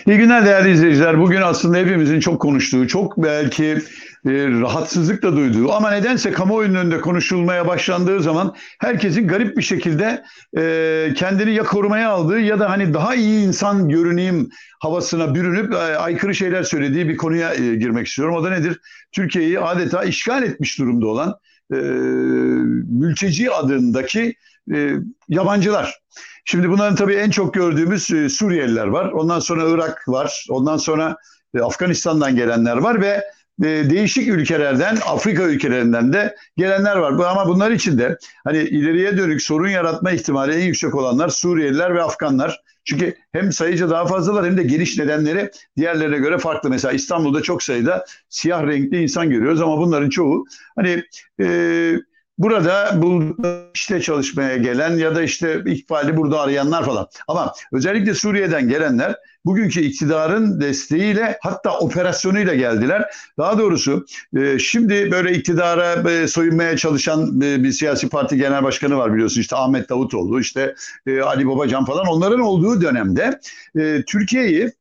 İyi günler değerli izleyiciler. Bugün aslında hepimizin çok konuştuğu, çok belki rahatsızlıkla duyduğu ama nedense kamuoyunun önünde konuşulmaya başlandığı zaman herkesin garip bir şekilde kendini ya korumaya aldığı ya da hani daha iyi insan görüneyim havasına bürünüp aykırı şeyler söylediği bir konuya girmek istiyorum. O da nedir? Türkiye'yi adeta işgal etmiş durumda olan e, mülteci adındaki yabancılar. Şimdi bunların tabii en çok gördüğümüz Suriyeliler var. Ondan sonra Irak var. Ondan sonra Afganistan'dan gelenler var ve değişik ülkelerden, Afrika ülkelerinden de gelenler var. Ama bunlar için de hani ileriye dönük sorun yaratma ihtimali en yüksek olanlar Suriyeliler ve Afganlar. Çünkü hem sayıca daha fazlalar hem de geliş nedenleri diğerlerine göre farklı. Mesela İstanbul'da çok sayıda siyah renkli insan görüyoruz ama bunların çoğu hani burada bu işte çalışmaya gelen ya da işte ikbali burada arayanlar falan. Ama özellikle Suriye'den gelenler bugünkü iktidarın desteğiyle hatta operasyonuyla geldiler. Daha doğrusu şimdi böyle iktidara soyunmaya çalışan bir siyasi parti genel başkanı var biliyorsun işte Ahmet Davutoğlu işte Ali Babacan falan onların olduğu dönemde Türkiye'yi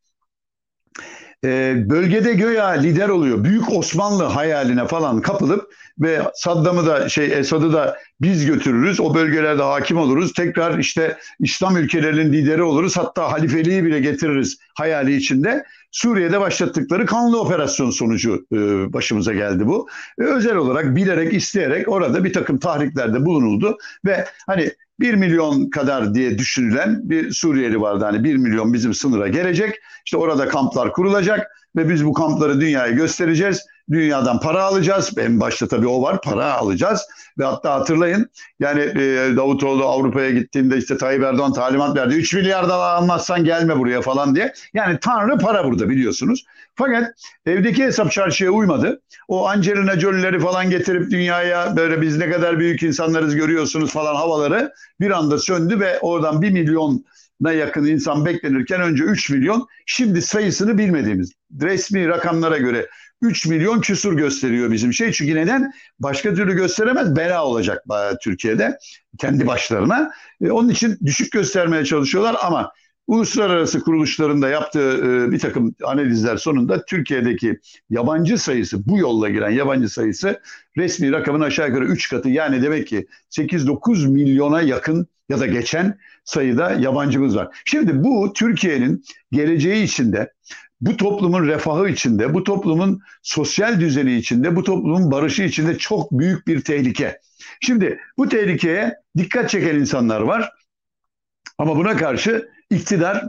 bölgede göya lider oluyor. Büyük Osmanlı hayaline falan kapılıp ve Saddam'ı da Esad'ı da biz götürürüz. O bölgelerde hakim oluruz. Tekrar işte İslam ülkelerinin lideri oluruz. Hatta halifeliği bile getiririz hayali içinde. Suriye'de başlattıkları kanlı operasyon sonucu başımıza geldi bu. Özel olarak bilerek isteyerek orada bir takım tahriklerde bulunuldu ve hani 1 milyon kadar diye düşünülen bir Suriyeli vardı. Hani 1 milyon bizim sınıra gelecek. İşte orada kamplar kurulacak ve biz bu kampları dünyaya göstereceğiz. Dünyadan para alacağız. En başta tabii o var. Para alacağız. Ve hatta hatırlayın yani Davutoğlu Avrupa'ya gittiğinde işte Tayyip Erdoğan talimat verdi. 3 milyar da almazsan gelme buraya falan diye. Yani tanrı para burada biliyorsunuz. Fakat evdeki hesap çarşıya uymadı. O Angelina Jolie'leri falan getirip dünyaya böyle biz ne kadar büyük insanlarız görüyorsunuz falan havaları bir anda söndü ve oradan 1 milyona yakın insan beklenirken önce 3 milyon şimdi sayısını bilmediğimiz resmi rakamlara göre 3 milyon küsur gösteriyor bizim şey. Çünkü neden? Başka türlü gösteremez bela olacak Türkiye'de kendi başlarına. Onun için düşük göstermeye çalışıyorlar ama uluslararası kuruluşların da yaptığı bir takım analizler sonunda Türkiye'deki yabancı sayısı bu yolla giren yabancı sayısı resmi rakamın aşağı yukarı 3 katı yani demek ki 8-9 milyona yakın ya da geçen sayıda yabancımız var. Şimdi bu Türkiye'nin geleceği içinde bu toplumun refahı içinde, bu toplumun sosyal düzeni içinde, bu toplumun barışı içinde çok büyük bir tehlike. Şimdi bu tehlikeye dikkat çeken insanlar var ama buna karşı iktidar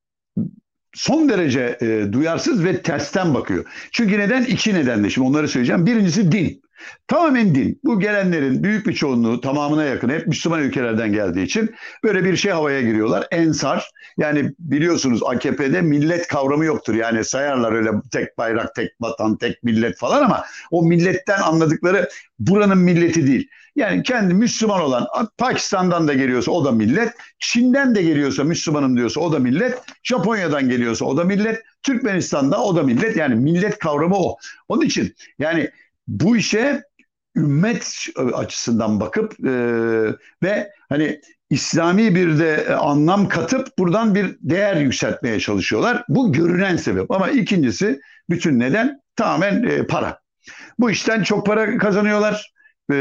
son derece duyarsız ve tersten bakıyor. Çünkü neden? İki nedenle şimdi onları söyleyeceğim. Birincisi din. Tamamen din. Bu gelenlerin büyük bir çoğunluğu tamamına yakın hep Müslüman ülkelerden geldiği için böyle bir şey havaya giriyorlar. Ensar yani biliyorsunuz AKP'de millet kavramı yoktur. Yani sayarlar öyle tek bayrak, tek vatan, tek millet falan ama o milletten anladıkları buranın milleti değil. Yani kendi Müslüman olan Pakistan'dan da geliyorsa o da millet, Çin'den de geliyorsa Müslümanım diyorsa o da millet, Japonya'dan geliyorsa o da millet, Türkmenistan'da o da millet. Yani millet kavramı o. Onun için yani bu işe ümmet açısından bakıp ve hani İslami bir de anlam katıp buradan bir değer yükseltmeye çalışıyorlar. Bu görünen sebep. Ama ikincisi bütün neden tamamen para. Bu işten çok para kazanıyorlar. E,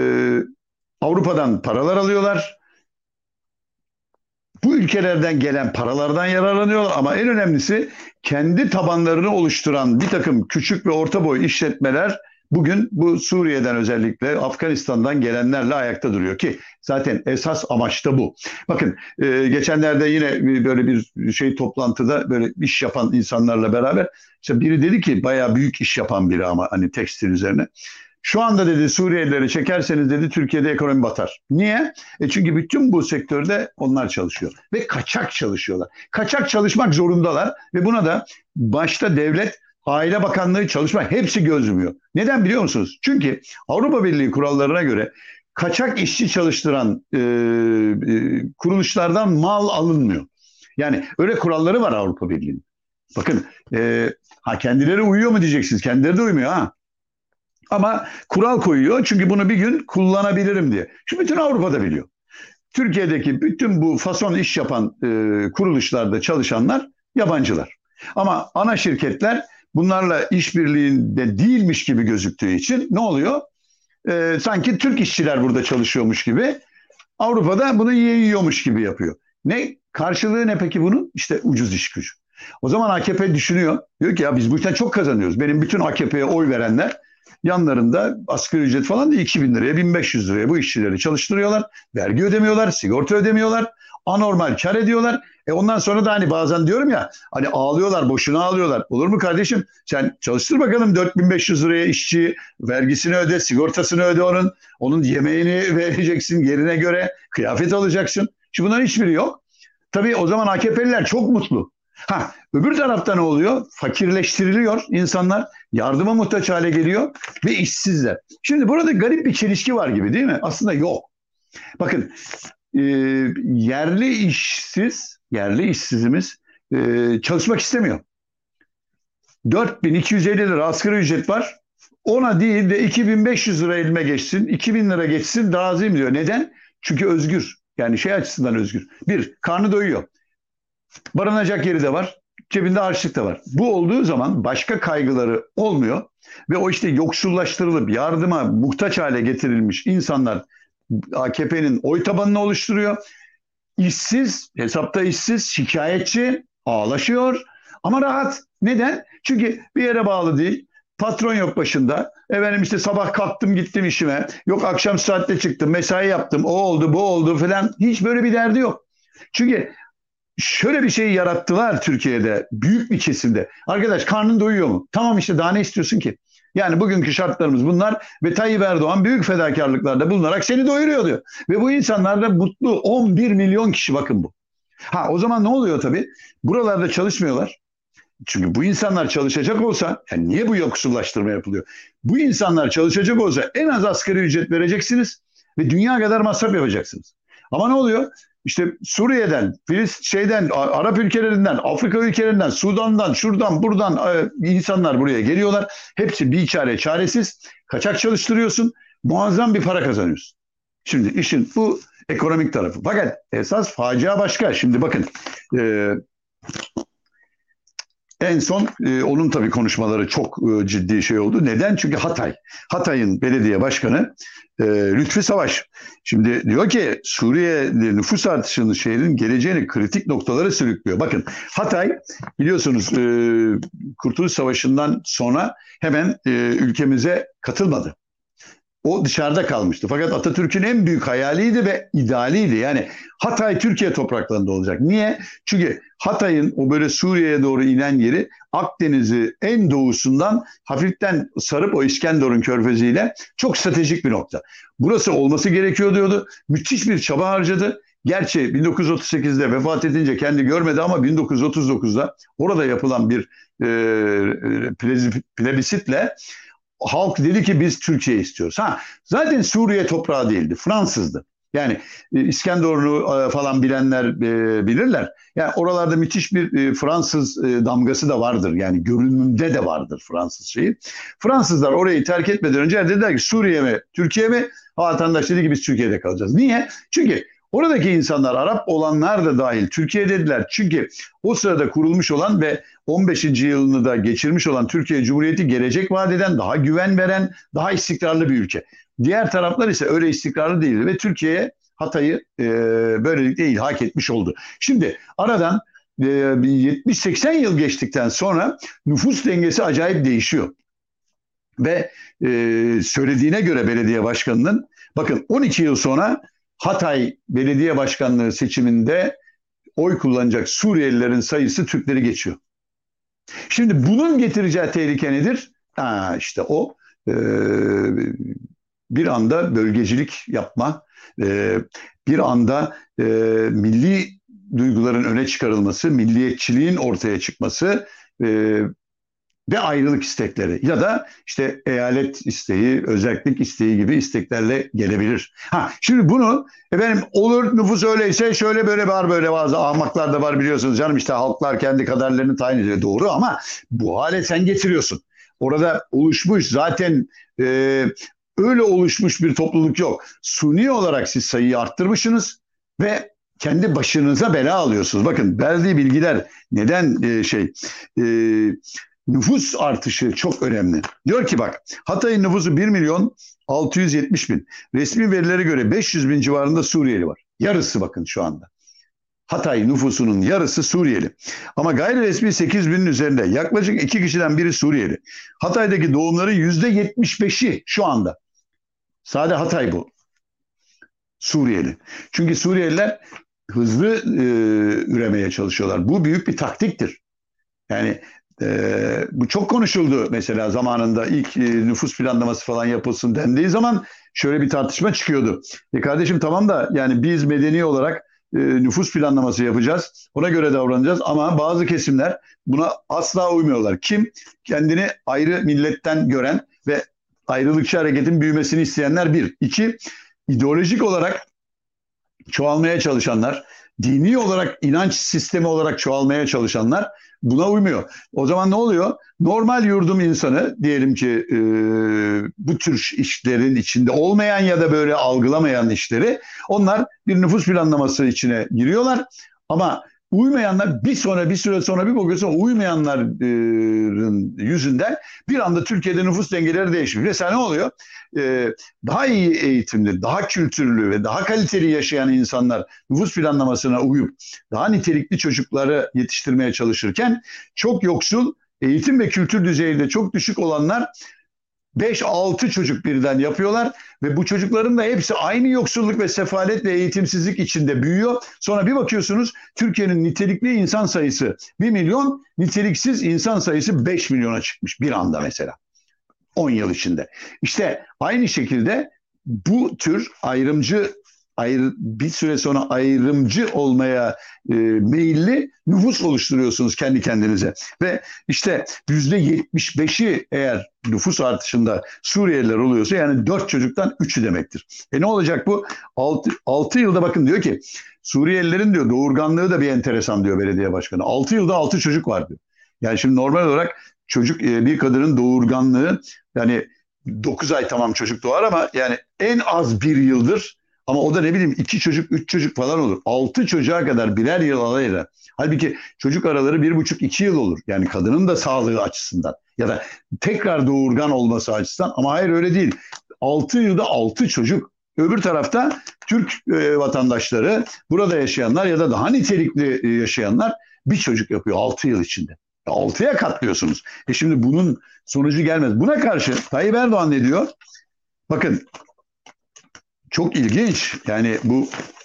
Avrupa'dan paralar alıyorlar. Bu ülkelerden gelen paralardan yararlanıyorlar ama en önemlisi kendi tabanlarını oluşturan bir takım küçük ve orta boy işletmeler bugün bu Suriye'den özellikle Afganistan'dan gelenlerle ayakta duruyor ki zaten esas amaç da bu. Bakın geçenlerde yine böyle bir şey toplantıda böyle iş yapan insanlarla beraber işte biri dedi ki bayağı büyük iş yapan biri ama hani tekstil üzerine. Şu anda dedi Suriyelileri çekerseniz dedi Türkiye'de ekonomi batar. Niye? Çünkü bütün bu sektörde onlar çalışıyor ve kaçak çalışıyorlar. Kaçak çalışmak zorundalar ve buna da başta devlet, Aile Bakanlığı çalışma hepsi göz yumuyor. Neden biliyor musunuz? Çünkü Avrupa Birliği kurallarına göre kaçak işçi çalıştıran kuruluşlardan mal alınmıyor. Yani öyle kuralları var Avrupa Birliği'nin. Bakın kendileri uyuyor mu diyeceksiniz. Kendileri de uymuyor ha. Ama kural koyuyor çünkü bunu bir gün kullanabilirim diye. Şu bütün Avrupa'da biliyor. Türkiye'deki bütün bu fason iş yapan kuruluşlarda çalışanlar yabancılar. Ama ana şirketler bunlarla işbirliğinde değilmiş gibi gözüktüğü için ne oluyor? Sanki Türk işçiler burada çalışıyormuş gibi, Avrupa'da bunu yiyormuş gibi yapıyor. Ne karşılığı ne peki bunun? İşte ucuz iş gücü. O zaman AKP düşünüyor. Diyor ki ya biz bu işten çok kazanıyoruz. Benim bütün AKP'ye oy verenler yanlarında asgari ücret falan da 2.000 liraya 1.500 liraya bu işçileri çalıştırıyorlar. Vergi ödemiyorlar, sigorta ödemiyorlar. Anormal kar ediyorlar. Ondan sonra da hani bazen diyorum ya hani ağlıyorlar, boşuna ağlıyorlar. Olur mu kardeşim? Sen çalıştır bakalım 4.500 liraya işçi, vergisini öde, sigortasını öde onun. Onun yemeğini vereceksin yerine göre, kıyafet alacaksın. Şimdi bunların hiçbiri yok. Tabii o zaman AKP'liler çok mutlu. Ha, öbür tarafta ne oluyor? Fakirleştiriliyor insanlar, yardıma muhtaç hale geliyor ve işsizler. Şimdi burada garip bir çelişki var gibi değil mi? Aslında yok. Bakın e, yerli işsizimiz çalışmak istemiyor. 4.250 lira asgari ücret var. Ona değil de 2.500 lira elime geçsin, 2.000 lira geçsin razıyım diyor. Neden? Çünkü özgür. Yani şey açısından özgür. Bir, karnı doyuyor. Barınacak yeri de var. Cebinde harçlık da var. Bu olduğu zaman başka kaygıları olmuyor. Ve o işte yoksullaştırılıp yardıma muhtaç hale getirilmiş insanlar AKP'nin oy tabanını oluşturuyor. İşsiz, hesapta işsiz, şikayetçi, ağlaşıyor ama rahat. Neden? Çünkü bir yere bağlı değil. Patron yok başında. Efendim işte sabah kalktım gittim işime. Yok akşam saatte çıktım, mesai yaptım. O oldu, bu oldu falan. Hiç böyle bir derdi yok. Çünkü şöyle bir şey yarattılar Türkiye'de büyük bir kesimde. Arkadaş karnın doyuyor mu? Tamam işte daha ne istiyorsun ki? Yani bugünkü şartlarımız bunlar ve Tayyip Erdoğan büyük fedakarlıklarda bulunarak seni doyuruyor diyor. Ve bu insanlar da mutlu 11 milyon kişi bakın bu. Ha o zaman ne oluyor tabii? Buralarda çalışmıyorlar. Çünkü bu insanlar çalışacak olsa, yani niye bu yoksullaştırma yapılıyor? Bu insanlar çalışacak olsa en az asgari ücret vereceksiniz ve dünya kadar masraf yapacaksınız. Ama ne oluyor? İşte Suriye'den, Arap ülkelerinden, Afrika ülkelerinden, Sudan'dan, şuradan, buradan insanlar buraya geliyorlar. Hepsi biçare, çaresiz. Kaçak çalıştırıyorsun, muazzam bir para kazanıyorsun. Şimdi işin bu ekonomik tarafı. Fakat esas facia başka. Şimdi bakın, en son onun tabii konuşmaları çok ciddi şey oldu. Neden? Çünkü Hatay'ın belediye başkanı Lütfi Savaş. Şimdi diyor ki Suriye nüfus artışının şehrin geleceğini kritik noktalara sürüklüyor. Bakın Hatay biliyorsunuz Kurtuluş Savaşı'ndan sonra hemen ülkemize katılmadı. O dışarıda kalmıştı. Fakat Atatürk'ün en büyük hayaliydi ve idealiydi. Yani Hatay Türkiye topraklarında olacak. Niye? Çünkü Hatay'ın o böyle Suriye'ye doğru inen yeri Akdeniz'i en doğusundan hafiften sarıp o İskenderun körfeziyle çok stratejik bir nokta. Burası olması gerekiyor diyordu. Müthiş bir çaba harcadı. Gerçi 1938'de vefat edince kendi görmedi ama 1939'da orada yapılan bir plebisitle halk dedi ki biz Türkiye istiyoruz. Zaten Suriye toprağı değildi, Fransızdı. Yani İskenderun'u falan bilenler bilirler. Yani oralarda müthiş bir Fransız damgası da vardır. Yani görünümde de vardır Fransız şeyi. Fransızlar orayı terk etmeden önce dediler ki Suriye mi, Türkiye mi? Vatandaş dedi ki biz Türkiye'de kalacağız. Niye? Çünkü oradaki insanlar Arap olanlar da dahil Türkiye dediler. Çünkü o sırada kurulmuş olan ve 15. yılını da geçirmiş olan Türkiye Cumhuriyeti gelecek vaat eden, daha güven veren, daha istikrarlı bir ülke. Diğer taraflar ise öyle istikrarlı değildi ve Türkiye'ye Hatay'ı böylelikle ilhak etmiş oldu. Şimdi aradan 70-80 yıl geçtikten sonra nüfus dengesi acayip değişiyor. Ve söylediğine göre belediye başkanının bakın 12 yıl sonra Hatay Belediye Başkanlığı seçiminde oy kullanacak Suriyelilerin sayısı Türkleri geçiyor. Şimdi bunun getireceği tehlike nedir? İşte o bir anda bölgecilik yapma, bir anda milli duyguların öne çıkarılması, milliyetçiliğin ortaya çıkması ve ayrılık istekleri ya da işte eyalet isteği, özellik isteği gibi isteklerle gelebilir. Şimdi bunu efendim olur nüfus öyleyse şöyle böyle var böyle bazı ahmaklar da var biliyorsunuz canım işte halklar kendi kaderlerini tayin ediyor doğru ama bu hale sen getiriyorsun. Orada oluşmuş zaten öyle oluşmuş bir topluluk yok. Suni olarak siz sayıyı arttırmışsınız ve kendi başınıza bela alıyorsunuz. Bakın verdiği bilgiler neden e, nüfus artışı çok önemli. Diyor ki bak, Hatay'ın nüfusu 1 milyon 670 bin. Resmi verilere göre 500 bin civarında Suriyeli var. Yarısı bakın şu anda. Hatay nüfusunun yarısı Suriyeli. Ama gayri resmi 8 binin üzerinde. Yaklaşık 2 kişiden biri Suriyeli. Hatay'daki doğumların %75'i şu anda. Sadece Hatay bu. Suriyeli. Çünkü Suriyeliler hızlı üremeye çalışıyorlar. Bu büyük bir taktiktir. Yani bu çok konuşuldu mesela zamanında ilk nüfus planlaması falan yapılsın dendiği zaman şöyle bir tartışma çıkıyordu. Kardeşim tamam da yani biz medeni olarak nüfus planlaması yapacağız. Ona göre davranacağız ama bazı kesimler buna asla uymuyorlar. Kim? Kendini ayrı milletten gören ve ayrılıkçı hareketin büyümesini isteyenler bir. İki, ideolojik olarak çoğalmaya çalışanlar, dini olarak, inanç sistemi olarak çoğalmaya çalışanlar buna uymuyor. O zaman ne oluyor? Normal yurdum insanı diyelim ki bu tür işlerin içinde olmayan ya da böyle algılamayan işleri onlar bir nüfus planlaması içine giriyorlar. Ama uymayanlar bir süre sonra bir bakıyorsun uymayanların yüzünden bir anda Türkiye'de nüfus dengeleri değişiyor. Mesela ne oluyor? Daha iyi eğitimli, daha kültürlü ve daha kaliteli yaşayan insanlar nüfus planlamasına uyup daha nitelikli çocukları yetiştirmeye çalışırken çok yoksul, eğitim ve kültür düzeyinde çok düşük olanlar 5-6 çocuk birden yapıyorlar ve bu çocukların da hepsi aynı yoksulluk ve sefalet ve eğitimsizlik içinde büyüyor. Sonra bir bakıyorsunuz Türkiye'nin nitelikli insan sayısı 1 milyon, niteliksiz insan sayısı 5 milyona çıkmış bir anda mesela. 10 yıl içinde. İşte aynı şekilde bu tür bir süre sonra ayrımcı olmaya meyilli nüfus oluşturuyorsunuz kendi kendinize. Ve işte %75'i eğer nüfus artışında Suriyeliler oluyorsa yani 4 çocuktan 3'ü demektir. Ne olacak bu? 6 yılda bakın diyor ki Suriyelilerin diyor doğurganlığı da bir enteresan diyor belediye başkanı. 6 yılda 6 çocuk var diyor. Yani şimdi normal olarak çocuk bir kadının doğurganlığı yani 9 ay tamam çocuk doğar ama yani en az bir yıldır ama o da ne bileyim 2 çocuk 3 çocuk falan olur. 6 çocuğa kadar birer yıl arayla. Halbuki çocuk araları 1,5-2 yıl olur. Yani kadının da sağlığı açısından ya da tekrar doğurgan olması açısından ama hayır öyle değil. 6 yılda 6 çocuk. Öbür tarafta Türk vatandaşları burada yaşayanlar ya da daha nitelikli yaşayanlar bir çocuk yapıyor 6 yıl içinde. 6'ya katlıyorsunuz. Şimdi bunun sonucu gelmez. Buna karşı Tayyip Erdoğan ne diyor? Bakın çok ilginç. Yani bu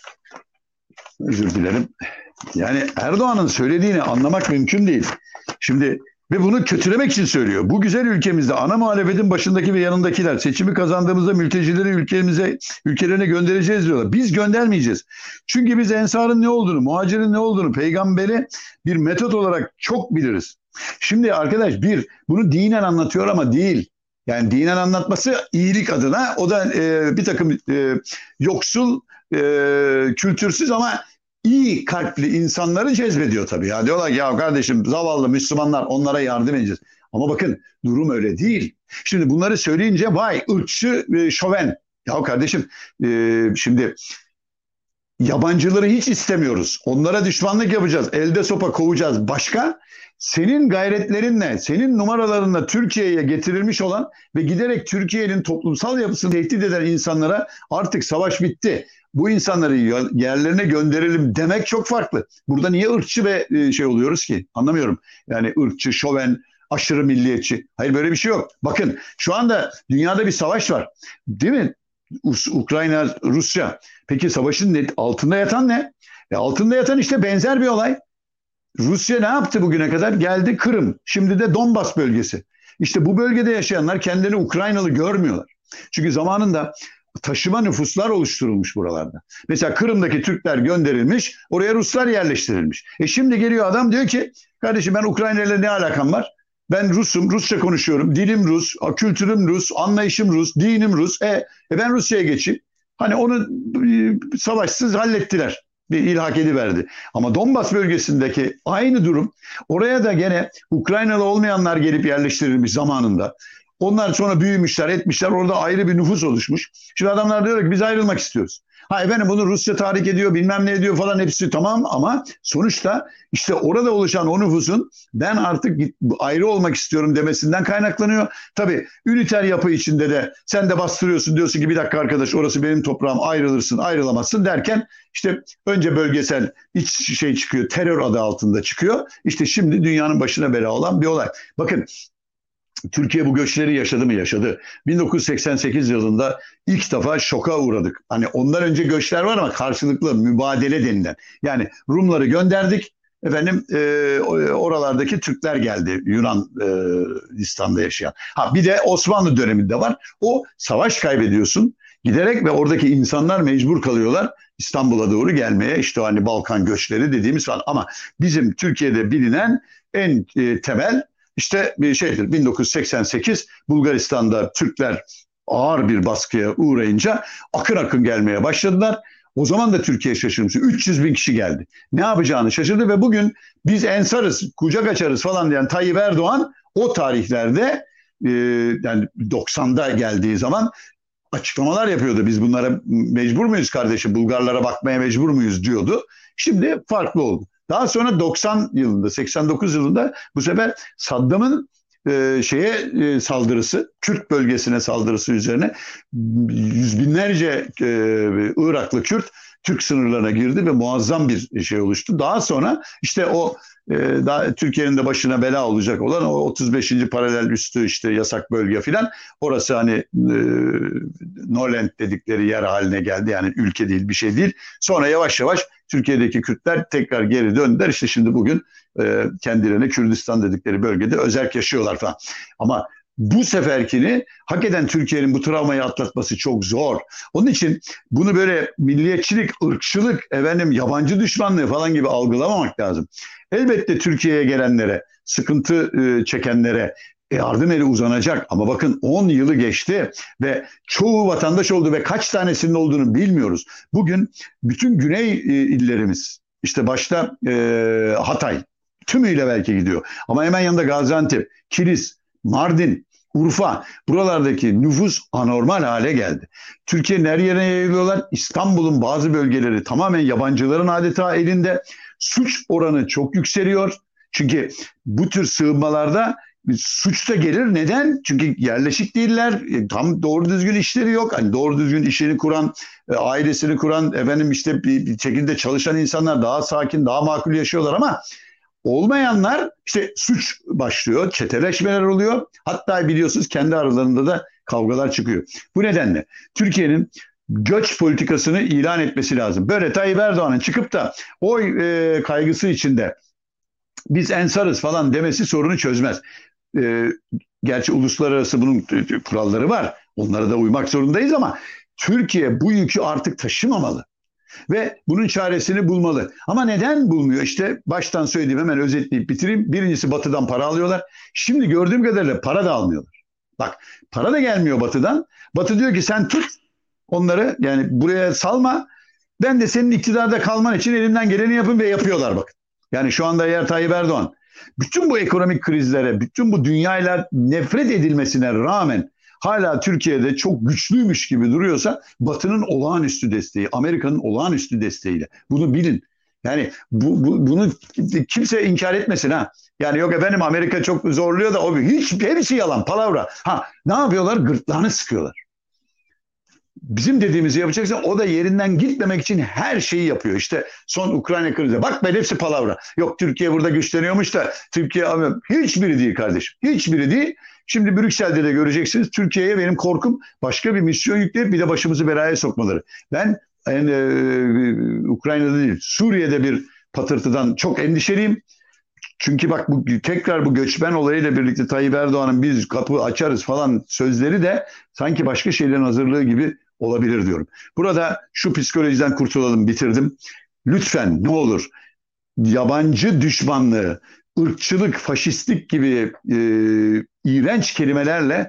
özür dilerim. Yani Erdoğan'ın söylediğini anlamak mümkün değil. Şimdi ve bunu kötülemek için söylüyor. Bu güzel ülkemizde ana muhalefetin başındaki ve yanındakiler seçimi kazandığımızda mültecileri ülkelerine göndereceğiz diyorlar. Biz göndermeyeceğiz. Çünkü biz ensarın ne olduğunu, muhacirin ne olduğunu, peygamberi bir metot olarak çok biliriz. Şimdi arkadaş bunu dinen anlatıyor ama değil. Yani dinen anlatması iyilik adına o da bir takım yoksul, kültürsüz ama iyi kalpli insanları cezbediyor tabii. Ya diyorlar ki ya kardeşim zavallı Müslümanlar onlara yardım edeceğiz. Ama bakın durum öyle değil. Şimdi bunları söyleyince vay ırkçı şoven. Ya kardeşim şimdi yabancıları hiç istemiyoruz. Onlara düşmanlık yapacağız. Elde sopa kovacağız. Başka? Senin gayretlerinle, senin numaralarınla Türkiye'ye getirilmiş olan ve giderek Türkiye'nin toplumsal yapısını tehdit eden insanlara artık savaş bitti. Bu insanları yerlerine gönderelim demek çok farklı. Burada niye ırkçı ve oluyoruz ki? Anlamıyorum. Yani ırkçı, şoven, aşırı milliyetçi. Hayır böyle bir şey yok. Bakın şu anda dünyada bir savaş var. Değil mi? Ukrayna, Rusya. Peki savaşın altında yatan ne? Altında yatan işte benzer bir olay. Rusya ne yaptı bugüne kadar? Geldi Kırım. Şimdi de Donbas bölgesi. İşte bu bölgede yaşayanlar kendilerini Ukraynalı görmüyorlar. Çünkü zamanında taşıma nüfuslar oluşturulmuş buralarda. Mesela Kırım'daki Türkler gönderilmiş, oraya Ruslar yerleştirilmiş. Şimdi geliyor adam diyor ki, kardeşim ben Ukrayna ile ne alakam var? Ben Rus'um, Rusça konuşuyorum, dilim Rus, kültürüm Rus, anlayışım Rus, dinim Rus. Ben Rusya'ya geçeyim. Hani onu savaşsız hallettiler. Bir ilhak ediverdi. Ama Donbas bölgesindeki aynı durum oraya da gene Ukraynalı olmayanlar gelip yerleştirilmiş zamanında. Onlar sonra büyümüşler, etmişler. Orada ayrı bir nüfus oluşmuş. Şimdi adamlar diyor ki biz ayrılmak istiyoruz. Ha efendim bunu Rusya tahrik ediyor, bilmem ne ediyor falan, hepsi tamam ama sonuçta işte orada oluşan o nüfusun ben artık ayrı olmak istiyorum demesinden kaynaklanıyor. Tabii üniter yapı içinde de sen de bastırıyorsun, diyorsun ki bir dakika arkadaş, orası benim toprağım, ayrılırsın ayrılamazsın derken işte önce bölgesel iç şey çıkıyor, terör adı altında çıkıyor. İşte şimdi dünyanın başına bela olan bir olay. Bakın, Türkiye bu göçleri yaşadı mı? Yaşadı. 1988 yılında ilk defa şoka uğradık. Hani ondan önce göçler var ama karşılıklı mübadele denilen. Yani Rumları gönderdik. Efendim oralardaki Türkler geldi, Yunanistan'da yaşayan. Ha bir de Osmanlı döneminde var. O savaş kaybediyorsun giderek ve oradaki insanlar mecbur kalıyorlar İstanbul'a doğru gelmeye. İşte hani Balkan göçleri dediğimiz falan. Ama bizim Türkiye'de bilinen en temel işte bir şeydir, 1988 Bulgaristan'da Türkler ağır bir baskıya uğrayınca akın akın gelmeye başladılar. O zaman da Türkiye şaşırmıştı. 300 bin kişi geldi. Ne yapacağını şaşırdı ve bugün biz ensarız, kucak açarız falan diyen Tayyip Erdoğan o tarihlerde yani 90'da geldiği zaman açıklamalar yapıyordu. Biz bunlara mecbur muyuz kardeşim? Bulgarlara bakmaya mecbur muyuz diyordu. Şimdi farklı oldu. Daha sonra 90 yılında, 89 yılında bu sefer Saddam'ın saldırısı, Kürt bölgesine saldırısı üzerine yüz binlerce Iraklı Kürt Türk sınırlarına girdi ve muazzam bir şey oluştu. Daha sonra işte o daha Türkiye'nin de başına bela olacak olan o 35. paralel üstü işte yasak bölge filan, orası hani no land dedikleri yer haline geldi. Yani ülke değil, bir şey değil. Sonra yavaş yavaş Türkiye'deki Kürtler tekrar geri döndüler. İşte şimdi bugün kendilerine Kürdistan dedikleri bölgede özerk yaşıyorlar falan. Ama bu seferkini hak eden Türkiye'nin bu travmayı atlatması çok zor. Onun için bunu böyle milliyetçilik, ırkçılık, efendim yabancı düşmanlığı falan gibi algılamamak lazım. Elbette Türkiye'ye gelenlere, sıkıntı çekenlere yardım eli uzanacak. Ama bakın 10 yılı geçti ve çoğu vatandaş oldu ve kaç tanesinin olduğunu bilmiyoruz. Bugün bütün güney illerimiz, işte başta Hatay, tümüyle belki gidiyor. Ama hemen yanında Gaziantep, Kilis, Mardin, Urfa, buralardaki nüfus anormal hale geldi. Türkiye'nin her yerine yayılıyorlar. İstanbul'un bazı bölgeleri tamamen yabancıların adeta elinde. Suç oranı çok yükseliyor. Çünkü bu tür sığınmalarda suç da gelir. Neden? Çünkü yerleşik değiller. Tam doğru düzgün işleri yok. Hani doğru düzgün işini kuran, ailesini kuran, efendim işte bir şekilde çalışan insanlar daha sakin, daha makul yaşıyorlar ama olmayanlar işte suç başlıyor, çeteleşmeler oluyor. Hatta biliyorsunuz kendi aralarında da kavgalar çıkıyor. Bu nedenle Türkiye'nin göç politikasını ilan etmesi lazım. Böyle Tayyip Erdoğan'ın çıkıp da oy kaygısı içinde biz ensarız falan demesi sorunu çözmez. E, Gerçi uluslararası bunun kuralları var. Onlara da uymak zorundayız ama Türkiye bu yükü artık taşımamalı. Ve bunun çaresini bulmalı. Ama neden bulmuyor? İşte baştan söylediğim, hemen özetleyip bitireyim. Birincisi Batı'dan para alıyorlar. Şimdi gördüğüm kadarıyla para da almıyorlar. Bak, para da gelmiyor Batı'dan. Batı diyor ki sen tut onları, yani buraya salma. Ben de senin iktidarda kalman için elimden geleni yapın ve yapıyorlar bakın. Yani şu anda eğer Tayyip Erdoğan bütün bu ekonomik krizlere, bütün bu dünyayla nefret edilmesine rağmen hala Türkiye'de çok güçlüymüş gibi duruyorsa Batı'nın olağanüstü desteği, Amerika'nın olağanüstü desteğiyle. Bunu bilin. Yani bunu kimse inkar etmesin ha. Yani yok efendim Amerika çok zorluyor da o hepsi yalan, palavra. Ha ne yapıyorlar? Gırtlağını sıkıyorlar. Bizim dediğimizi yapacaksa o da yerinden gitmemek için her şeyi yapıyor. İşte son Ukrayna krizi. Bak ben hepsi palavra. Yok Türkiye burada güçleniyormuş da Türkiye hiçbiri değil kardeşim. Hiçbiri değil. Şimdi Brüksel'de de göreceksiniz. Türkiye'ye benim korkum başka bir misyon yükleyip bir de başımızı belaya sokmaları. Ben Ukrayna'da değil Suriye'de bir patırtıdan çok endişeliyim. Çünkü bak tekrar bu göçmen olayıyla birlikte Tayyip Erdoğan'ın biz kapı açarız falan sözleri de sanki başka şeylerin hazırlığı gibi olabilir diyorum. Burada şu psikolojiden kurtulalım, bitirdim. Lütfen ne olur yabancı düşmanlığı, ırkçılık, faşistlik gibi iğrenç kelimelerle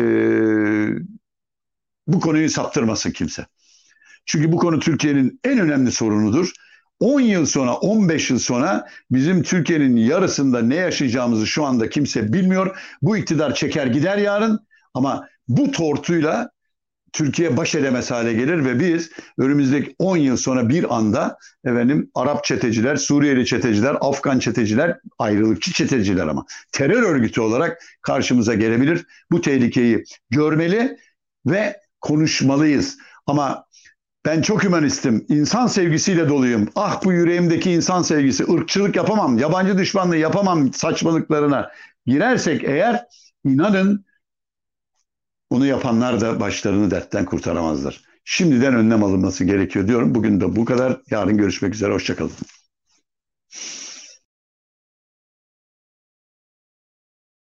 bu konuyu saptırmasın kimse. Çünkü bu konu Türkiye'nin en önemli sorunudur. 10 yıl sonra, 15 yıl sonra bizim Türkiye'nin yarısında ne yaşayacağımızı şu anda kimse bilmiyor. Bu iktidar çeker gider yarın Ama bu tortuyla Türkiye baş edemez hale gelir ve biz önümüzdeki 10 yıl sonra bir anda efendim Arap çeteciler, Suriyeli çeteciler, Afgan çeteciler, ayrılıkçı çeteciler ama terör örgütü olarak karşımıza gelebilir. Bu tehlikeyi görmeli ve konuşmalıyız. Ama ben çok hümanistim. İnsan sevgisiyle doluyum. Ah bu yüreğimdeki insan sevgisi. Irkçılık yapamam. Yabancı düşmanlığı yapamam saçmalıklarına girersek eğer inanın bunu yapanlar da başlarını dertten kurtaramazlar. Şimdiden önlem alınması gerekiyor diyorum. Bugün de bu kadar. Yarın görüşmek üzere. Hoşçakalın.